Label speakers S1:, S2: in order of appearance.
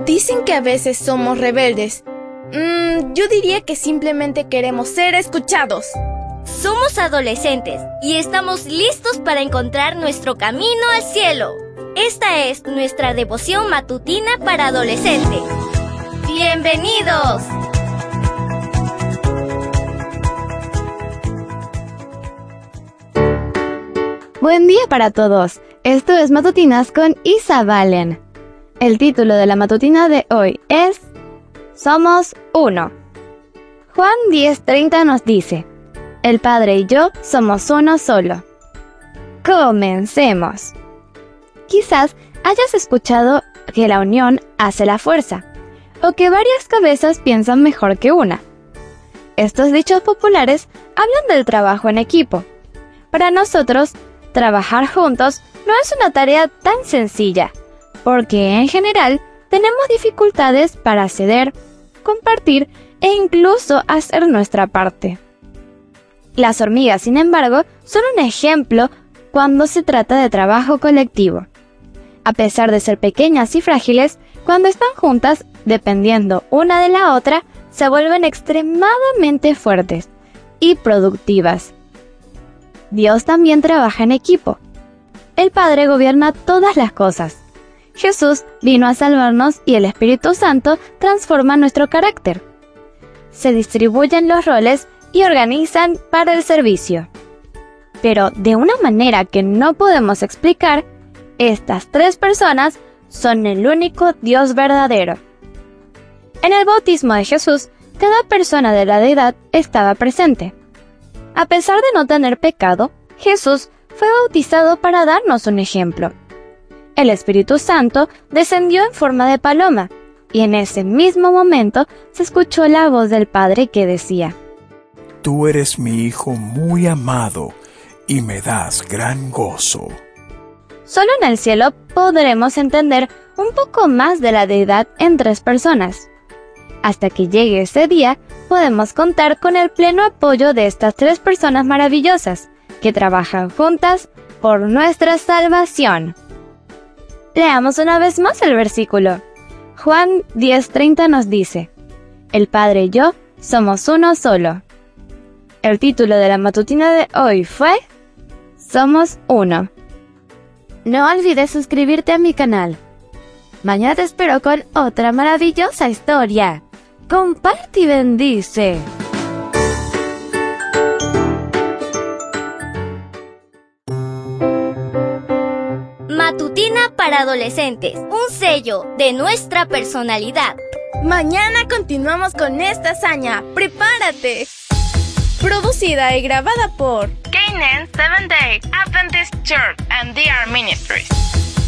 S1: Dicen que a veces somos rebeldes. Yo diría que simplemente queremos ser escuchados.
S2: Somos adolescentes y estamos listos para encontrar nuestro camino al cielo. Esta es nuestra devoción matutina para adolescentes. ¡Bienvenidos!
S3: Buen día para todos. Esto es Matutinas con Isa Valen. El título de la matutina de hoy es Somos uno. Juan 10:30 nos dice: El Padre y yo somos uno solo. Comencemos. Quizás hayas escuchado que la unión hace la fuerza, o que varias cabezas piensan mejor que una. Estos dichos populares hablan del trabajo en equipo. Para nosotros, trabajar juntos no es una tarea tan sencilla, porque en general tenemos dificultades para ceder, compartir e incluso hacer nuestra parte. Las hormigas, sin embargo, son un ejemplo cuando se trata de trabajo colectivo. A pesar de ser pequeñas y frágiles, cuando están juntas, dependiendo una de la otra, se vuelven extremadamente fuertes y productivas. Dios también trabaja en equipo. El Padre gobierna todas las cosas. Jesús vino a salvarnos y el Espíritu Santo transforma nuestro carácter. Se distribuyen los roles y organizan para el servicio. Pero de una manera que no podemos explicar, estas tres personas son el único Dios verdadero. En el bautismo de Jesús, cada persona de la deidad estaba presente. A pesar de no tener pecado, Jesús fue bautizado para darnos un ejemplo. El Espíritu Santo descendió en forma de paloma, y en ese mismo momento se escuchó la voz del Padre que decía:
S4: Tú eres mi Hijo muy amado, y me das gran gozo.
S3: Solo en el cielo podremos entender un poco más de la deidad en tres personas. Hasta que llegue ese día, podemos contar con el pleno apoyo de estas tres personas maravillosas, que trabajan juntas por nuestra salvación. Leamos una vez más el versículo. Juan 10:30 nos dice: El Padre y yo somos uno solo. El título de la matutina de hoy fue Somos uno. No olvides suscribirte a mi canal. Mañana te espero con otra maravillosa historia. Comparte y bendice.
S2: Matutina para adolescentes, un sello de nuestra personalidad.
S1: Mañana continuamos con esta hazaña. ¡Prepárate! Producida y grabada por
S5: Canaan Seventh-day Adventist Church and DR Ministries.